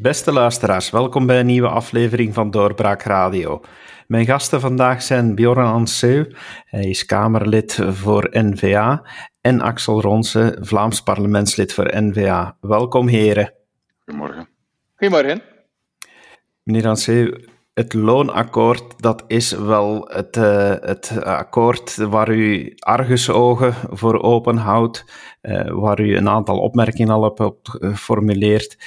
Beste luisteraars, welkom bij een nieuwe aflevering van Doorbraak Radio. Mijn gasten vandaag zijn Bjorn Anseu, hij is Kamerlid voor N-VA, en Axel Ronse, Vlaams parlementslid voor N-VA. Welkom heren. Goedemorgen. Goedemorgen. Meneer Anseu, het loonakkoord, dat is wel het akkoord waar u argusogen voor open houdt, waar u een aantal opmerkingen al hebt geformuleerd.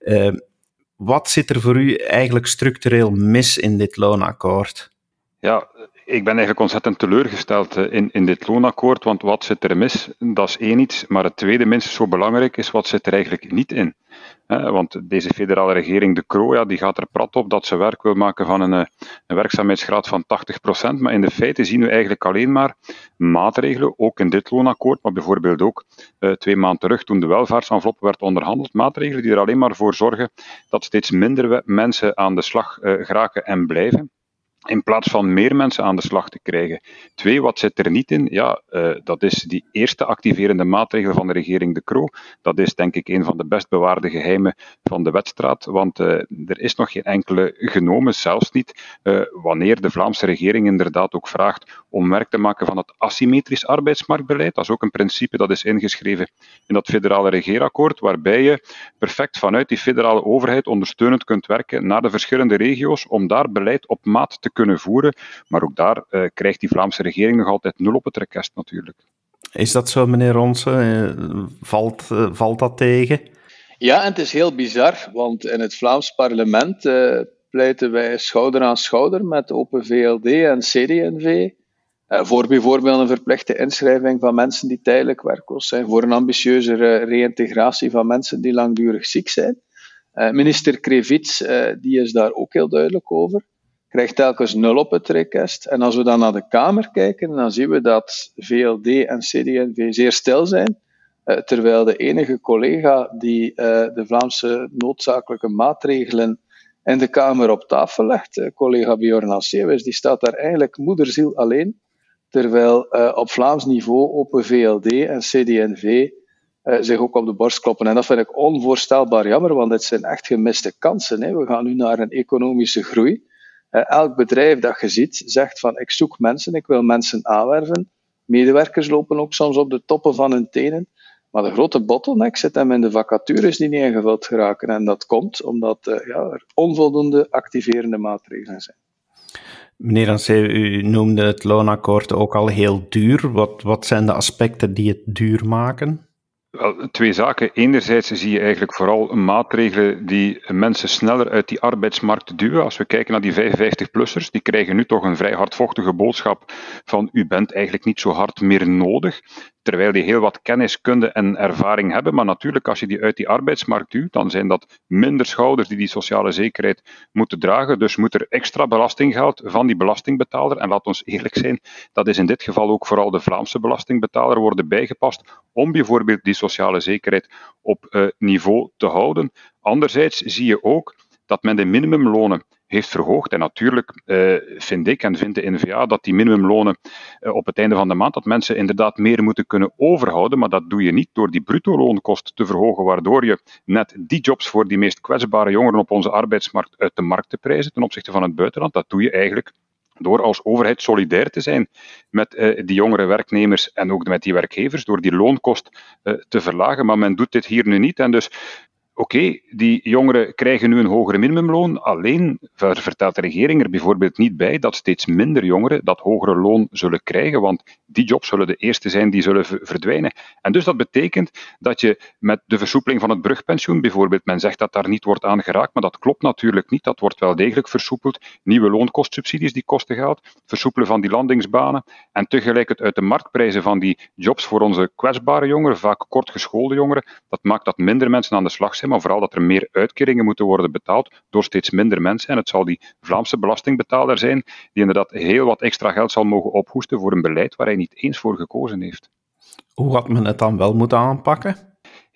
Wat zit er voor u eigenlijk structureel mis in dit loonakkoord? Ja, ik ben eigenlijk ontzettend teleurgesteld in dit loonakkoord, want wat zit er mis? Dat is één iets, maar het tweede minstens zo belangrijk is, wat zit er eigenlijk niet in? Want deze federale regering, De Croo, die gaat er prat op dat ze werk wil maken van een werkzaamheidsgraad van 80%, maar in de feite zien we eigenlijk alleen maar maatregelen, ook in dit loonakkoord, maar bijvoorbeeld ook 2 maanden terug toen de welvaartsenvelop werd onderhandeld, maatregelen die er alleen maar voor zorgen dat steeds minder mensen aan de slag geraken en blijven, in plaats van meer mensen aan de slag te krijgen. 2, wat zit er niet in? Ja, dat is die eerste activerende maatregel van de regering De Croo. Dat is denk ik een van de best bewaarde geheimen van de wetstraat, want er is nog geen enkele genomen, zelfs niet wanneer de Vlaamse regering inderdaad ook vraagt om werk te maken van het asymmetrisch arbeidsmarktbeleid. Dat is ook een principe dat is ingeschreven in dat federale regeerakkoord, waarbij je perfect vanuit die federale overheid ondersteunend kunt werken naar de verschillende regio's om daar beleid op maat te kunnen voeren, maar ook daar krijgt die Vlaamse regering nog altijd 0 op het rekest natuurlijk. Is dat zo, meneer Ronse? Valt dat tegen? Ja, en het is heel bizar, want in het Vlaams parlement pleiten wij schouder aan schouder met Open VLD en CD&V voor bijvoorbeeld een verplichte inschrijving van mensen die tijdelijk werkloos zijn, voor een ambitieuzere reïntegratie van mensen die langdurig ziek zijn. Minister Krevits die is daar ook heel duidelijk over. Krijgt telkens 0 op het rekest. En als we dan naar de Kamer kijken, dan zien we dat VLD en CD&V zeer stil zijn, terwijl de enige collega die de Vlaamse noodzakelijke maatregelen in de Kamer op tafel legt, collega Bjorn Anseu, die staat daar eigenlijk moederziel alleen, terwijl op Vlaams niveau Open VLD en CD&V zich ook op de borst kloppen. En dat vind ik onvoorstelbaar jammer, want dit zijn echt gemiste kansen. Hè. We gaan nu naar een economische groei. Elk bedrijf dat je ziet, zegt van ik zoek mensen, ik wil mensen aanwerven. Medewerkers lopen ook soms op de toppen van hun tenen. Maar de grote bottleneck zit hem in de vacatures die niet ingevuld geraken. En dat komt omdat er onvoldoende activerende maatregelen zijn. Meneer Anseu, u noemde het loonakkoord ook al heel duur. Wat zijn de aspecten die het duur maken? Wel, 2 zaken. Enerzijds zie je eigenlijk vooral maatregelen die mensen sneller uit die arbeidsmarkt duwen. Als we kijken naar die 55-plussers, die krijgen nu toch een vrij hardvochtige boodschap van u bent eigenlijk niet zo hard meer nodig. Terwijl die heel wat kennis, kunde en ervaring hebben. Maar natuurlijk, als je die uit die arbeidsmarkt duwt, dan zijn dat minder schouders die sociale zekerheid moeten dragen. Dus moet er extra belastinggeld van die belastingbetaler, en laat ons eerlijk zijn, dat is in dit geval ook vooral de Vlaamse belastingbetaler, worden bijgepast om bijvoorbeeld die sociale zekerheid op niveau te houden. Anderzijds zie je ook dat men de minimumlonen heeft verhoogd. En natuurlijk vind ik en vindt de N-VA dat die minimumlonen op het einde van de maand, dat mensen inderdaad meer moeten kunnen overhouden, maar dat doe je niet door die bruto-loonkost te verhogen, waardoor je net die jobs voor die meest kwetsbare jongeren op onze arbeidsmarkt uit de markt te prijzen ten opzichte van het buitenland. Dat doe je eigenlijk door als overheid solidair te zijn met die jongere werknemers en ook met die werkgevers, door die loonkost te verlagen. Maar men doet dit hier nu niet en dus oké, die jongeren krijgen nu een hogere minimumloon, alleen vertelt de regering er bijvoorbeeld niet bij dat steeds minder jongeren dat hogere loon zullen krijgen, want die jobs zullen de eerste zijn die zullen verdwijnen. En dus dat betekent dat je met de versoepeling van het brugpensioen bijvoorbeeld, men zegt dat daar niet wordt aan geraakt, maar dat klopt natuurlijk niet, dat wordt wel degelijk versoepeld. Nieuwe loonkostsubsidies, die kosten geld, versoepelen van die landingsbanen en tegelijk het uit de markt prijzen van die jobs voor onze kwetsbare jongeren, vaak kortgeschoolde jongeren, dat maakt dat minder mensen aan de slag zijn, maar vooral dat er meer uitkeringen moeten worden betaald door steeds minder mensen. En het zal die Vlaamse belastingbetaler zijn die inderdaad heel wat extra geld zal mogen ophoesten voor een beleid waar hij niet eens voor gekozen heeft. Hoe had men het dan wel moeten aanpakken?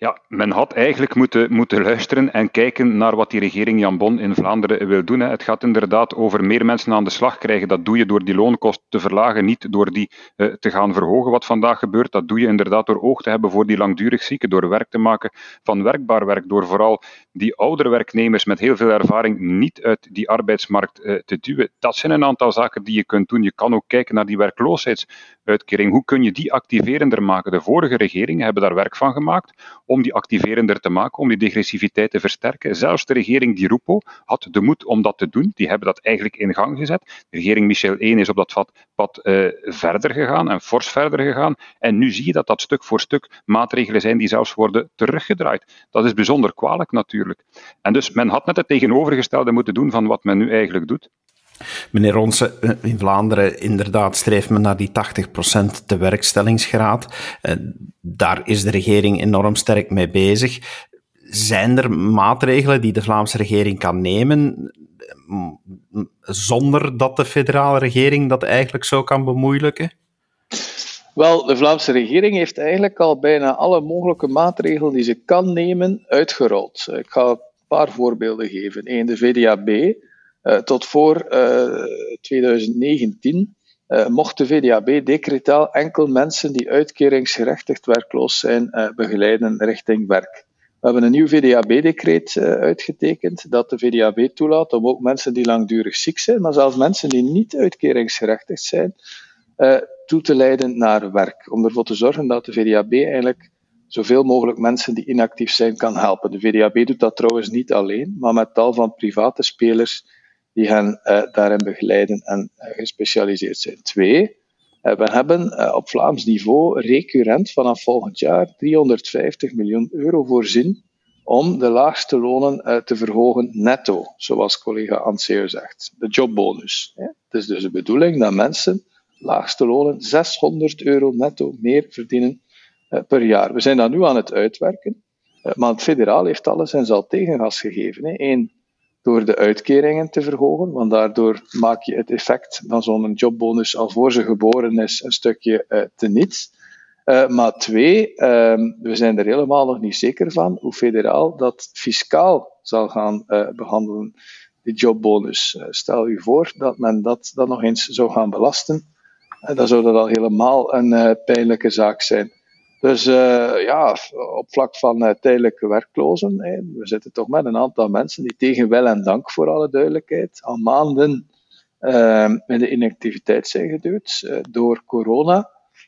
Ja, men had eigenlijk moeten luisteren en kijken naar wat die regering Jan Bon in Vlaanderen wil doen. Het gaat inderdaad over meer mensen aan de slag krijgen. Dat doe je door die loonkosten te verlagen, niet door die te gaan verhogen, wat vandaag gebeurt. Dat doe je inderdaad door oog te hebben voor die langdurig zieken, door werk te maken van werkbaar werk, door vooral die oudere werknemers met heel veel ervaring niet uit die arbeidsmarkt te duwen. Dat zijn een aantal zaken die je kunt doen. Je kan ook kijken naar die werkloosheidsuitkering. Hoe kun je die activerender maken? De vorige regeringen hebben daar werk van gemaakt om die activerender te maken, om die degressiviteit te versterken. Zelfs de regering Di Rupo had de moed om dat te doen. Die hebben dat eigenlijk in gang gezet. De regering Michel I is op dat pad verder gegaan en fors verder gegaan. En nu zie je dat stuk voor stuk maatregelen zijn die zelfs worden teruggedraaid. Dat is bijzonder kwalijk natuurlijk. En dus men had net het tegenovergestelde moeten doen van wat men nu eigenlijk doet. Meneer Ronse, in Vlaanderen inderdaad streeft men naar die 80% tewerkstellingsgraad. Daar is de regering enorm sterk mee bezig. Zijn er maatregelen die de Vlaamse regering kan nemen zonder dat de federale regering dat eigenlijk zo kan bemoeilijken? Wel, de Vlaamse regering heeft eigenlijk al bijna alle mogelijke maatregelen die ze kan nemen uitgerold. Ik ga een paar voorbeelden geven. Eén, de VDAB. Tot voor 2019 mocht de VDAB decretaal enkel mensen die uitkeringsgerechtigd werkloos zijn begeleiden richting werk. We hebben een nieuw VDAB-decreet uitgetekend dat de VDAB toelaat om ook mensen die langdurig ziek zijn, maar zelfs mensen die niet uitkeringsgerechtigd zijn, toe te leiden naar werk. Om ervoor te zorgen dat de VDAB eigenlijk zoveel mogelijk mensen die inactief zijn kan helpen. De VDAB doet dat trouwens niet alleen, maar met tal van private spelers die hen daarin begeleiden en gespecialiseerd zijn. 2, we hebben op Vlaams niveau recurrent vanaf volgend jaar 350 miljoen euro voorzien om de laagste lonen te verhogen netto, zoals collega Anceo zegt. De jobbonus. Het is dus de bedoeling dat mensen laagste lonen 600 euro netto meer verdienen per jaar. We zijn dat nu aan het uitwerken, maar het federaal heeft alles en zal tegengas gegeven. 1, door de uitkeringen te verhogen, want daardoor maak je het effect van zo'n jobbonus al voor ze geboren is een stukje teniet. Maar 2, we zijn er helemaal nog niet zeker van hoe federaal dat fiscaal zal gaan behandelen, die jobbonus. Stel u voor dat men dat dan nog eens zou gaan belasten, dan zou dat al helemaal een pijnlijke zaak zijn. Dus op vlak van tijdelijke werklozen, we zitten toch met een aantal mensen die tegen wil en dank, voor alle duidelijkheid, al maanden in de inactiviteit zijn geduwd door corona.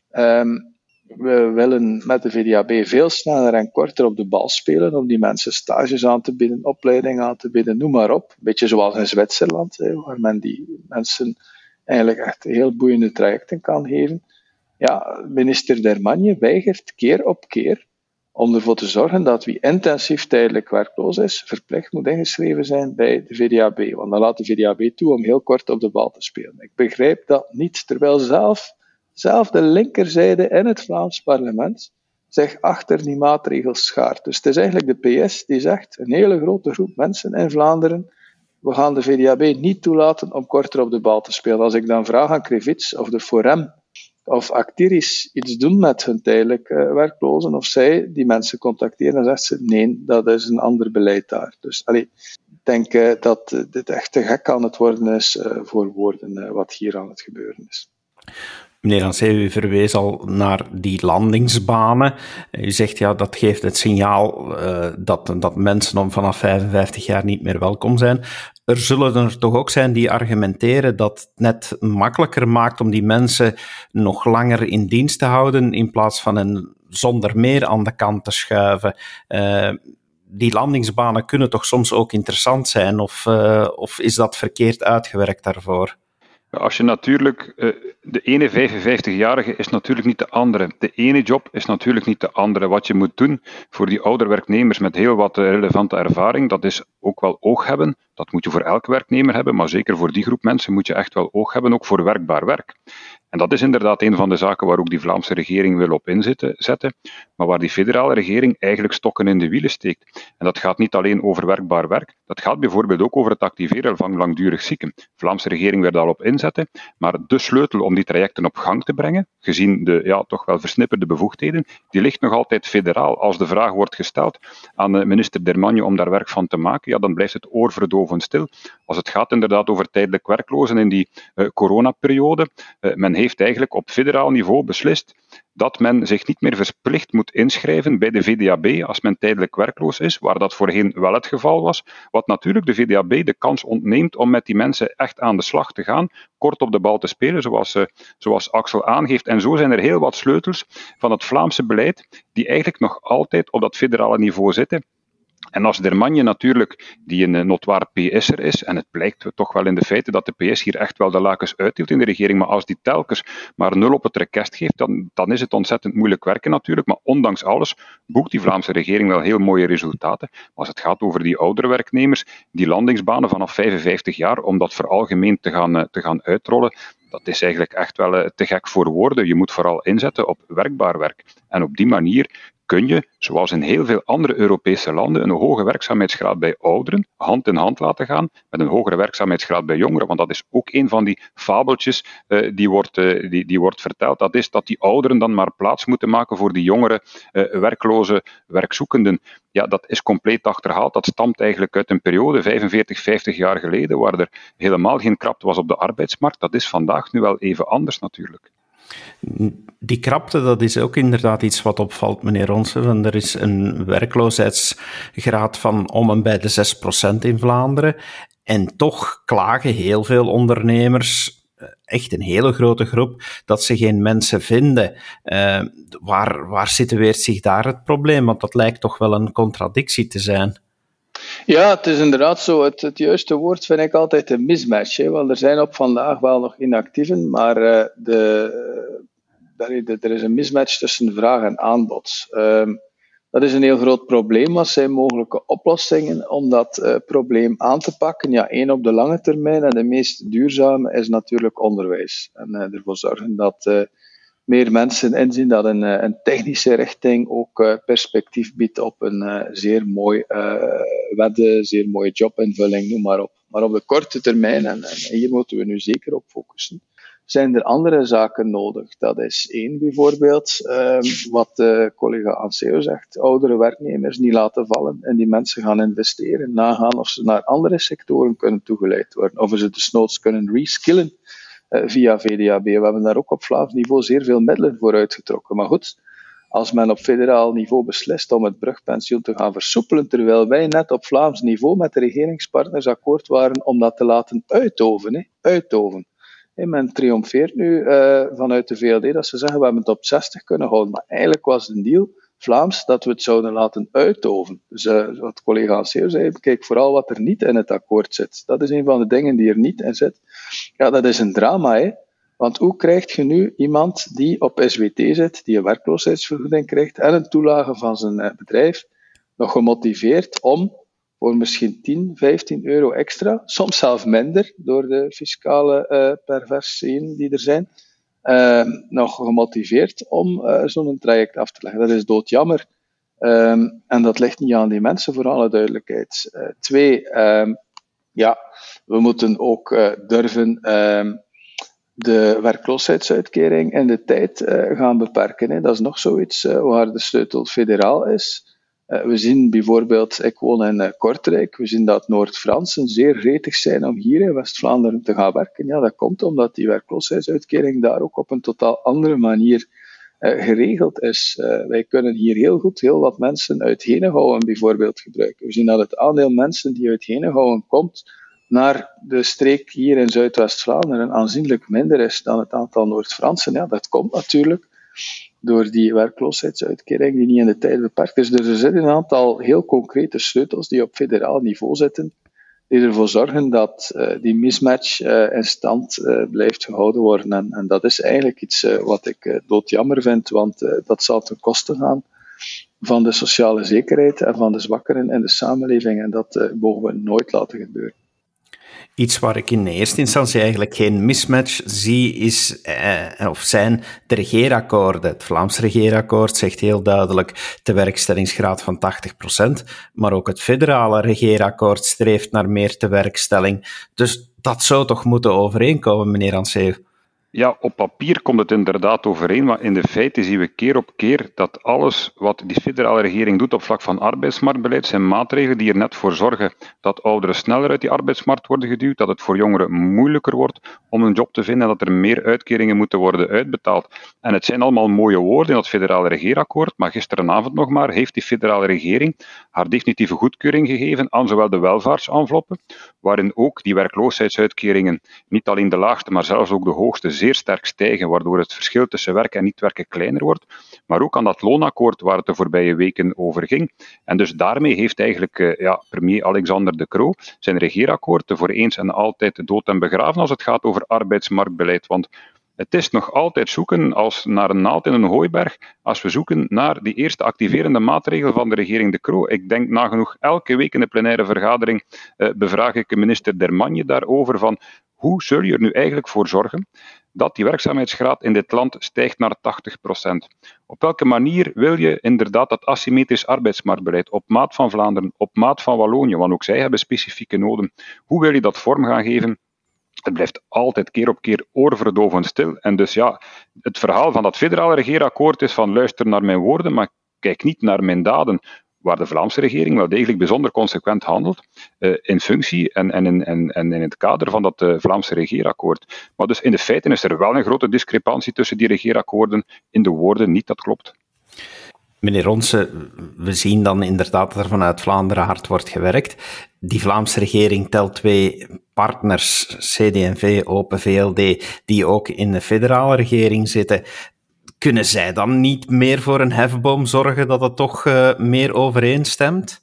We willen met de VDAB veel sneller en korter op de bal spelen om die mensen stages aan te bieden, opleiding aan te bieden, noem maar op. Een beetje zoals in Zwitserland, waar men die mensen eigenlijk echt heel boeiende trajecten kan geven. Ja, minister Dermagne weigert keer op keer om ervoor te zorgen dat wie intensief tijdelijk werkloos is, verplicht moet ingeschreven zijn bij de VDAB. Want dan laat de VDAB toe om heel kort op de bal te spelen. Ik begrijp dat niet, terwijl zelf de linkerzijde in het Vlaams parlement zich achter die maatregels schaart. Dus het is eigenlijk de PS die zegt, een hele grote groep mensen in Vlaanderen, we gaan de VDAB niet toelaten om korter op de bal te spelen. Als ik dan vraag aan Krivits of de Forem of Actiris iets doen met hun tijdelijk werklozen, of zij die mensen contacteren, dan zegt ze, nee, dat is een ander beleid daar. Dus ik denk dat dit echt te gek aan het worden is voor woorden, wat hier aan het gebeuren is. Meneer Anceo, u verwees al naar die landingsbanen. U zegt, ja, dat geeft het signaal dat mensen om vanaf 55 jaar niet meer welkom zijn. Er zullen er toch ook zijn die argumenteren dat het net makkelijker maakt om die mensen nog langer in dienst te houden, in plaats van hen zonder meer aan de kant te schuiven. Die landingsbanen kunnen toch soms ook interessant zijn, of is dat verkeerd uitgewerkt daarvoor? Als je natuurlijk, de ene 55-jarige is natuurlijk niet de andere. De ene job is natuurlijk niet de andere. Wat je moet doen voor die oude werknemers met heel wat relevante ervaring, dat is ook wel oog hebben. Dat moet je voor elke werknemer hebben, maar zeker voor die groep mensen moet je echt wel oog hebben, ook voor werkbaar werk. En dat is inderdaad een van de zaken waar ook die Vlaamse regering wil op inzetten, maar waar die federale regering eigenlijk stokken in de wielen steekt. En dat gaat niet alleen over werkbaar werk, dat gaat bijvoorbeeld ook over het activeren van langdurig zieken. De Vlaamse regering wil daarop inzetten, maar de sleutel om die trajecten op gang te brengen, gezien de toch wel versnipperde bevoegdheden, die ligt nog altijd federaal. Als de vraag wordt gesteld aan minister Dermagne om daar werk van te maken, dan blijft het oorverdovend stil. Als het gaat inderdaad over tijdelijk werklozen in die coronaperiode, men heeft eigenlijk op federaal niveau beslist dat men zich niet meer verplicht moet inschrijven bij de VDAB als men tijdelijk werkloos is, waar dat voorheen wel het geval was, wat natuurlijk de VDAB de kans ontneemt om met die mensen echt aan de slag te gaan, kort op de bal te spelen, zoals Axel aangeeft. En zo zijn er heel wat sleutels van het Vlaamse beleid die eigenlijk nog altijd op dat federale niveau zitten. En als Dermagne natuurlijk, die een notoire PS'er is, en het blijkt toch wel in de feiten dat de PS hier echt wel de lakens uitdeelt in de regering, maar als die telkens maar 0 op het rekest geeft, dan is het ontzettend moeilijk werken natuurlijk. Maar ondanks alles boekt die Vlaamse regering wel heel mooie resultaten. Maar als het gaat over die oudere werknemers, die landingsbanen vanaf 55 jaar, om dat veralgemeen te gaan uitrollen, dat is eigenlijk echt wel te gek voor woorden. Je moet vooral inzetten op werkbaar werk. En op die manier kun je, zoals in heel veel andere Europese landen, een hoge werkzaamheidsgraad bij ouderen hand in hand laten gaan met een hogere werkzaamheidsgraad bij jongeren. Want dat is ook een van die fabeltjes die wordt verteld. Dat is dat die ouderen dan maar plaats moeten maken voor die jongere werkloze werkzoekenden. Ja, dat is compleet achterhaald. Dat stamt eigenlijk uit een periode, 45, 50 jaar geleden, waar er helemaal geen krapte was op de arbeidsmarkt. Dat is vandaag nu wel even anders natuurlijk. Die krapte, dat is ook inderdaad iets wat opvalt, meneer Ronsen. Er is een werkloosheidsgraad van om en bij de 6% in Vlaanderen. En toch klagen heel veel ondernemers, echt een hele grote groep, dat ze geen mensen vinden. Waar situeert zich daar het probleem? Want dat lijkt toch wel een contradictie te zijn. Ja, het is inderdaad zo. Het juiste woord vind ik altijd een mismatch. Want er zijn op vandaag wel nog inactieven, maar er is een mismatch tussen vraag en aanbod. Dat is een heel groot probleem. Wat zijn mogelijke oplossingen om dat probleem aan te pakken? Ja, één op de lange termijn en de meest duurzame is natuurlijk onderwijs. En ervoor zorgen dat meer mensen inzien dat een technische richting ook perspectief biedt op een zeer mooi zeer mooie jobinvulling, noem maar op. Maar op de korte termijn, en hier moeten we nu zeker op focussen, zijn er andere zaken nodig. Dat is één bijvoorbeeld, wat collega Anseo zegt, oudere werknemers niet laten vallen en die mensen gaan investeren, nagaan of ze naar andere sectoren kunnen toegeleid worden, of ze desnoods kunnen reskillen via VDAB. We hebben daar ook op Vlaams niveau zeer veel middelen voor uitgetrokken. Maar goed, als men op federaal niveau beslist om het brugpensioen te gaan versoepelen, terwijl wij net op Vlaams niveau met de regeringspartners akkoord waren om dat te laten uitoven. Men triomfeert nu vanuit de VLD dat ze zeggen we hebben het op 60 kunnen houden. Maar eigenlijk was de deal Vlaams dat we het zouden laten uitoven. Dus wat collega Anseo zei, kijk vooral wat er niet in het akkoord zit. Dat is een van de dingen die er niet in zit. Ja, dat is een drama, hè. Want hoe krijg je nu iemand die op SWT zit, die een werkloosheidsvergoeding krijgt en een toelage van zijn bedrijf, nog gemotiveerd om voor misschien 10, 15 euro extra, soms zelfs minder, door de fiscale perversiën die er zijn, nog gemotiveerd om zo'n traject af te leggen. Dat is doodjammer. En dat ligt niet aan die mensen, voor alle duidelijkheid. 2, we moeten ook durven de werkloosheidsuitkering in de tijd gaan beperken. Hè. Dat is nog zoiets waar de sleutel federaal is. We zien bijvoorbeeld, ik woon in Kortrijk, we zien dat Noord-Fransen zeer gretig zijn om hier in West-Vlaanderen te gaan werken. Ja, dat komt omdat die werkloosheidsuitkering daar ook op een totaal andere manier geregeld is. Wij kunnen hier heel goed heel wat mensen uit Henegouwen bijvoorbeeld gebruiken. We zien dat het aandeel mensen die uit Henegouwen komt naar de streek hier in Zuidwest-Vlaanderen aanzienlijk minder is dan het aantal Noord-Fransen. Ja, dat komt natuurlijk door die werkloosheidsuitkering die niet in de tijd beperkt is. Dus er zitten een aantal heel concrete sleutels die op federaal niveau zitten, die ervoor zorgen dat die mismatch in stand blijft gehouden worden. En dat is eigenlijk iets wat ik doodjammer vind, want dat zal ten koste gaan van de sociale zekerheid en van de zwakkeren in de samenleving. En dat mogen we nooit laten gebeuren. Iets waar ik in eerste instantie eigenlijk geen mismatch zie, zijn de regeerakkoorden. Het Vlaams regeerakkoord zegt heel duidelijk tewerkstellingsgraad van 80%, maar ook het federale regeerakkoord streeft naar meer tewerkstelling. Dus dat zou toch moeten overeenkomen, meneer Anceu? Ja, op papier komt het inderdaad overeen, maar in de feiten zien we keer op keer dat alles wat die federale regering doet op vlak van arbeidsmarktbeleid zijn maatregelen die er net voor zorgen dat ouderen sneller uit die arbeidsmarkt worden geduwd, dat het voor jongeren moeilijker wordt om een job te vinden en dat er meer uitkeringen moeten worden uitbetaald. En het zijn allemaal mooie woorden in dat federale regeerakkoord, maar gisteravond nog maar heeft die federale regering haar definitieve goedkeuring gegeven aan zowel de welvaartsenveloppen, waarin ook die werkloosheidsuitkeringen niet alleen de laagste, maar zelfs ook de hoogste zeer sterk stijgen, waardoor het verschil tussen werken en niet werken kleiner wordt, maar ook aan dat loonakkoord waar het de voorbije weken over ging. En dus daarmee heeft eigenlijk premier Alexander De Croo zijn regeerakkoord voor eens en altijd dood en begraven als het gaat over arbeidsmarktbeleid. Want het is nog altijd zoeken als naar een naald in een hooiberg als we zoeken naar die eerste activerende maatregel van de regering De Croo. Ik denk nagenoeg elke week in de plenaire vergadering bevraag ik minister Dermagne daarover van hoe zul je er nu eigenlijk voor zorgen dat die werkzaamheidsgraad in dit land stijgt naar 80%. Op welke manier wil je inderdaad dat asymmetrisch arbeidsmarktbeleid op maat van Vlaanderen, op maat van Wallonië, want ook zij hebben specifieke noden, hoe wil je dat vorm gaan geven? Het blijft altijd keer op keer oorverdovend stil. En dus ja, het verhaal van dat federale regeerakkoord is van luister naar mijn woorden, maar kijk niet naar mijn daden. Waar de Vlaamse regering wel degelijk bijzonder consequent handelt in functie en in het kader van dat Vlaamse regeerakkoord. Maar dus in de feiten is er wel een grote discrepantie tussen die regeerakkoorden. In de woorden niet, dat klopt. Meneer Ronse, we zien dan inderdaad dat er vanuit Vlaanderen hard wordt gewerkt. Die Vlaamse regering telt 2 partners, CD&V, Open VLD, die ook in de federale regering zitten. Kunnen zij dan niet meer voor een hefboom zorgen dat het toch meer overeenstemt?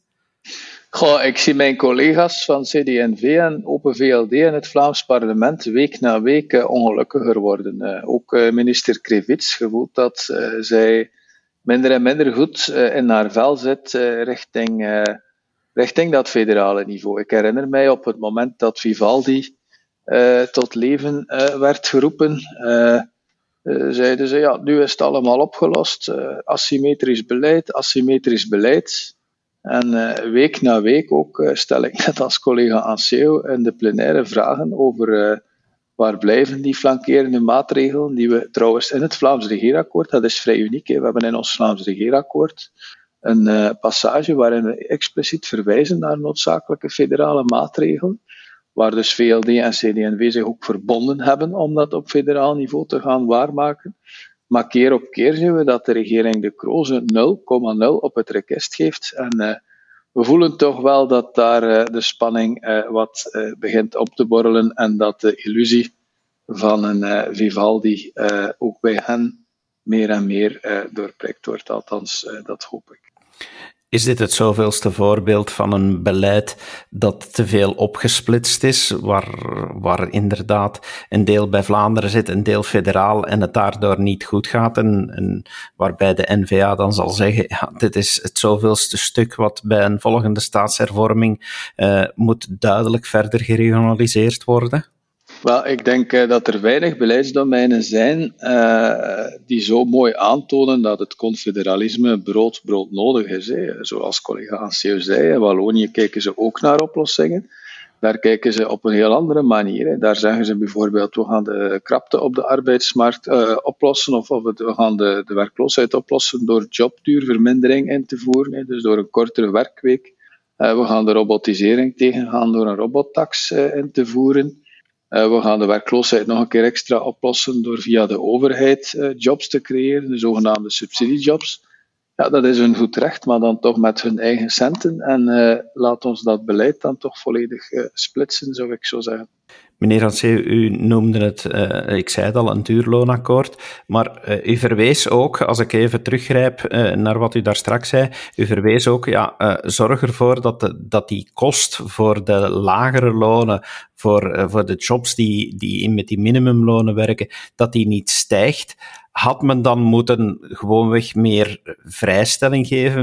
Goh, ik zie mijn collega's van CD&V en Open VLD in het Vlaams parlement week na week ongelukkiger worden. Ook minister Krevits gevoelt dat zij minder en minder goed in haar vel zit richting dat federale niveau. Ik herinner mij op het moment dat Vivaldi tot leven werd geroepen, zeiden ze, ja, nu is het allemaal opgelost. Asymmetrisch beleid. En week na week ook stel ik net als collega Anceu in de plenaire vragen over waar blijven die flankerende maatregelen die we trouwens in het Vlaams regeerakkoord, dat is vrij uniek, we hebben in ons Vlaams regeerakkoord een passage waarin we expliciet verwijzen naar noodzakelijke federale maatregelen, waar dus VLD en CD&V zich ook verbonden hebben om dat op federaal niveau te gaan waarmaken. Maar keer op keer zien we dat de regering De Croo 0,0 op het rekest geeft. En we voelen toch wel dat daar de spanning wat begint op te borrelen en dat de illusie van een Vivaldi ook bij hen meer en meer doorprikt wordt. Althans, dat hoop ik. Is dit het zoveelste voorbeeld van een beleid dat te veel opgesplitst is, waar inderdaad een deel bij Vlaanderen zit, een deel federaal en het daardoor niet goed gaat en waarbij de N-VA dan zal zeggen, ja, dit is het zoveelste stuk wat bij een volgende staatshervorming moet duidelijk verder geregionaliseerd worden? Wel, ik denk dat er weinig beleidsdomeinen zijn die zo mooi aantonen dat het confederalisme broodnodig is. Hè. Zoals collega Anceu zei, in Wallonië kijken ze ook naar oplossingen. Daar kijken ze op een heel andere manier. Hè. Daar zeggen ze bijvoorbeeld, we gaan de krapte op de arbeidsmarkt oplossen, of we gaan de werkloosheid oplossen door jobduurvermindering in te voeren, hè, dus door een kortere werkweek. We gaan de robotisering tegengaan door een robottax in te voeren. We gaan de werkloosheid nog een keer extra oplossen door via de overheid jobs te creëren, de zogenaamde subsidiejobs. Ja, dat is hun goed recht, maar dan toch met hun eigen centen. En laat ons dat beleid dan toch volledig splitsen, zou ik zo zeggen. Meneer Anceu, u noemde het, ik zei het al, een duurloonakkoord, maar u verwees ook, als ik even teruggrijp naar wat u daar straks zei, u verwees ook, zorg ervoor dat die kost voor de lagere lonen, voor de jobs die met die minimumlonen werken, dat die niet stijgt. had men dan moeten gewoonweg meer vrijstelling geven,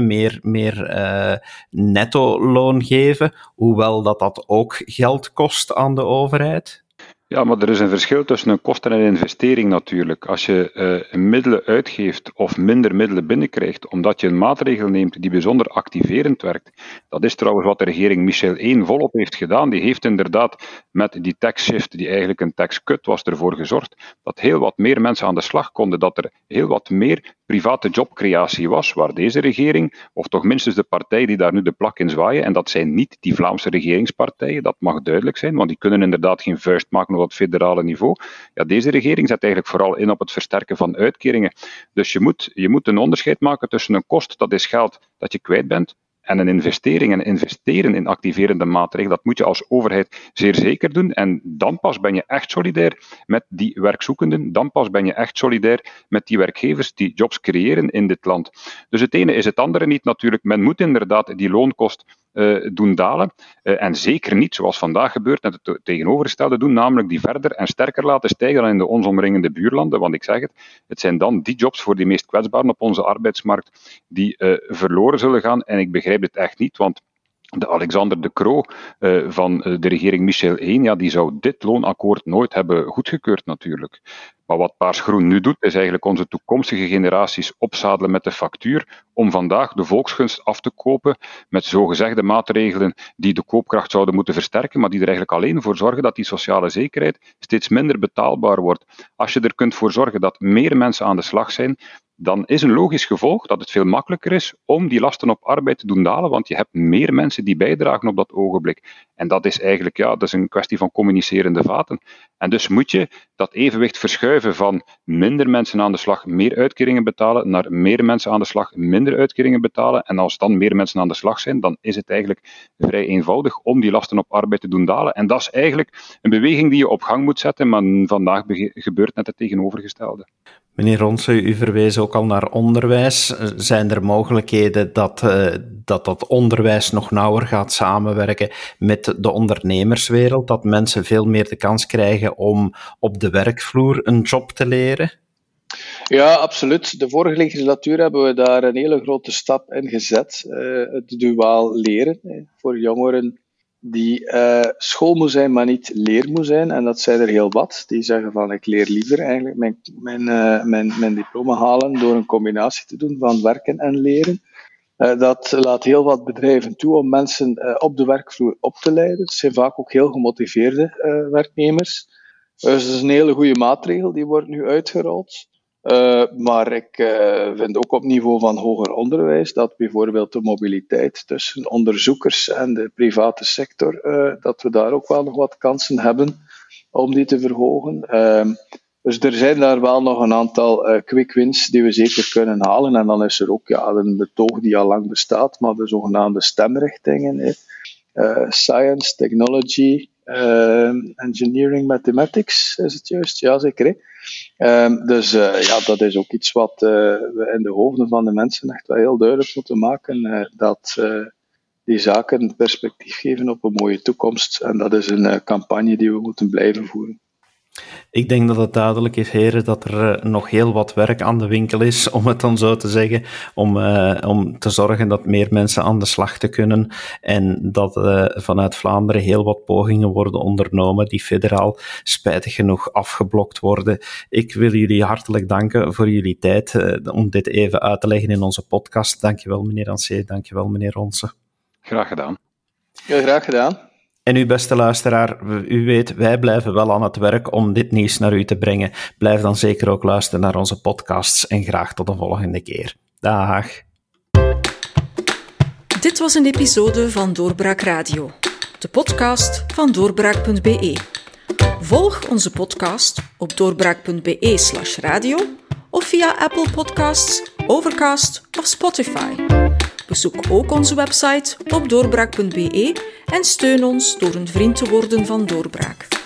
meer netto-loon geven, hoewel dat ook geld kost aan de overheid? Ja, maar er is een verschil tussen een kosten en een investering natuurlijk. Als je middelen uitgeeft of minder middelen binnenkrijgt, omdat je een maatregel neemt die bijzonder activerend werkt. Dat is trouwens wat de regering Michel 1 volop heeft gedaan. Die heeft inderdaad met die tax shift, die eigenlijk een tax cut was, ervoor gezorgd dat heel wat meer mensen aan de slag konden, dat er heel wat meer private jobcreatie was, waar deze regering, of toch minstens de partij die daar nu de plak in zwaaien, en dat zijn niet die Vlaamse regeringspartijen, dat mag duidelijk zijn, want die kunnen inderdaad geen vuist maken op het federale niveau. Ja, deze regering zet eigenlijk vooral in op het versterken van uitkeringen. Dus je moet een onderscheid maken tussen een kost, dat is geld dat je kwijt bent, en een investering en investeren in activerende maatregelen, dat moet je als overheid zeer zeker doen. En dan pas ben je echt solidair met die werkzoekenden. Dan pas ben je echt solidair met die werkgevers die jobs creëren in dit land. Dus het ene is het andere niet natuurlijk. Men moet inderdaad die loonkost doen dalen. En zeker niet, zoals vandaag gebeurt, net het tegenovergestelde doen, namelijk die verder en sterker laten stijgen dan in de ons omringende buurlanden. Want ik zeg het zijn dan die jobs voor die meest kwetsbaren op onze arbeidsmarkt die verloren zullen gaan. En ik begrijp het echt niet, want de Alexander De Croo van de regering Michel 1, ja, die zou dit loonakkoord nooit hebben goedgekeurd natuurlijk. Maar wat Paars Groen nu doet, is eigenlijk onze toekomstige generaties opzadelen met de factuur om vandaag de volksgunst af te kopen met zogezegde maatregelen die de koopkracht zouden moeten versterken, maar die er eigenlijk alleen voor zorgen dat die sociale zekerheid steeds minder betaalbaar wordt. Als je er kunt voor zorgen dat meer mensen aan de slag zijn, dan is een logisch gevolg dat het veel makkelijker is om die lasten op arbeid te doen dalen, want je hebt meer mensen die bijdragen op dat ogenblik. En dat is eigenlijk, ja, dat is een kwestie van communicerende vaten. En dus moet je dat evenwicht verschuiven van minder mensen aan de slag, meer uitkeringen betalen, naar meer mensen aan de slag, minder uitkeringen betalen. En als dan meer mensen aan de slag zijn, dan is het eigenlijk vrij eenvoudig om die lasten op arbeid te doen dalen. En dat is eigenlijk een beweging die je op gang moet zetten, maar vandaag gebeurt net het tegenovergestelde. Meneer Ronse, u verwees ook al naar onderwijs. Zijn er mogelijkheden dat onderwijs nog nauwer gaat samenwerken met de ondernemerswereld? Dat mensen veel meer de kans krijgen om op de werkvloer een job te leren? Ja, absoluut. De vorige legislatuur hebben we daar een hele grote stap in gezet. Het duaal leren voor jongeren die school moet zijn, maar niet leer moet zijn. En dat zijn er heel wat. Die zeggen van, ik leer liever eigenlijk mijn diploma halen door een combinatie te doen van werken en leren. Dat laat heel wat bedrijven toe om mensen op de werkvloer op te leiden. Het zijn vaak ook heel gemotiveerde werknemers. Dus dat is een hele goede maatregel, die wordt nu uitgerold. Maar ik vind ook op niveau van hoger onderwijs dat bijvoorbeeld de mobiliteit tussen onderzoekers en de private sector, dat we daar ook wel nog wat kansen hebben om die te verhogen. Dus er zijn daar wel nog een aantal quick wins die we zeker kunnen halen. En dan is er ook een betoog die al lang bestaat, maar de zogenaamde stemrichtingen. Science, technology, engineering, mathematics, is het juist? Ja, zeker. Dus dat is ook iets wat we in de hoofden van de mensen echt wel heel duidelijk moeten maken, dat die zaken perspectief geven op een mooie toekomst. En dat is een campagne die we moeten blijven voeren. Ik denk dat het duidelijk is, heren, dat er nog heel wat werk aan de winkel is, om het dan zo te zeggen, om te zorgen dat meer mensen aan de slag te kunnen en dat vanuit Vlaanderen heel wat pogingen worden ondernomen die federaal spijtig genoeg afgeblokt worden. Ik wil jullie hartelijk danken voor jullie tijd om dit even uit te leggen in onze podcast. Dankjewel, meneer Ancé, dankjewel, meneer Ronse. Graag gedaan. Ja, graag gedaan. En u, beste luisteraar, u weet, wij blijven wel aan het werk om dit nieuws naar u te brengen. Blijf dan zeker ook luisteren naar onze podcasts en graag tot de volgende keer. Dag. Dit was een episode van Doorbraak Radio, de podcast van doorbraak.be. Volg onze podcast op doorbraak.be/radio of via Apple Podcasts, Overcast of Spotify. Bezoek ook onze website op doorbraak.be en steun ons door een vriend te worden van Doorbraak.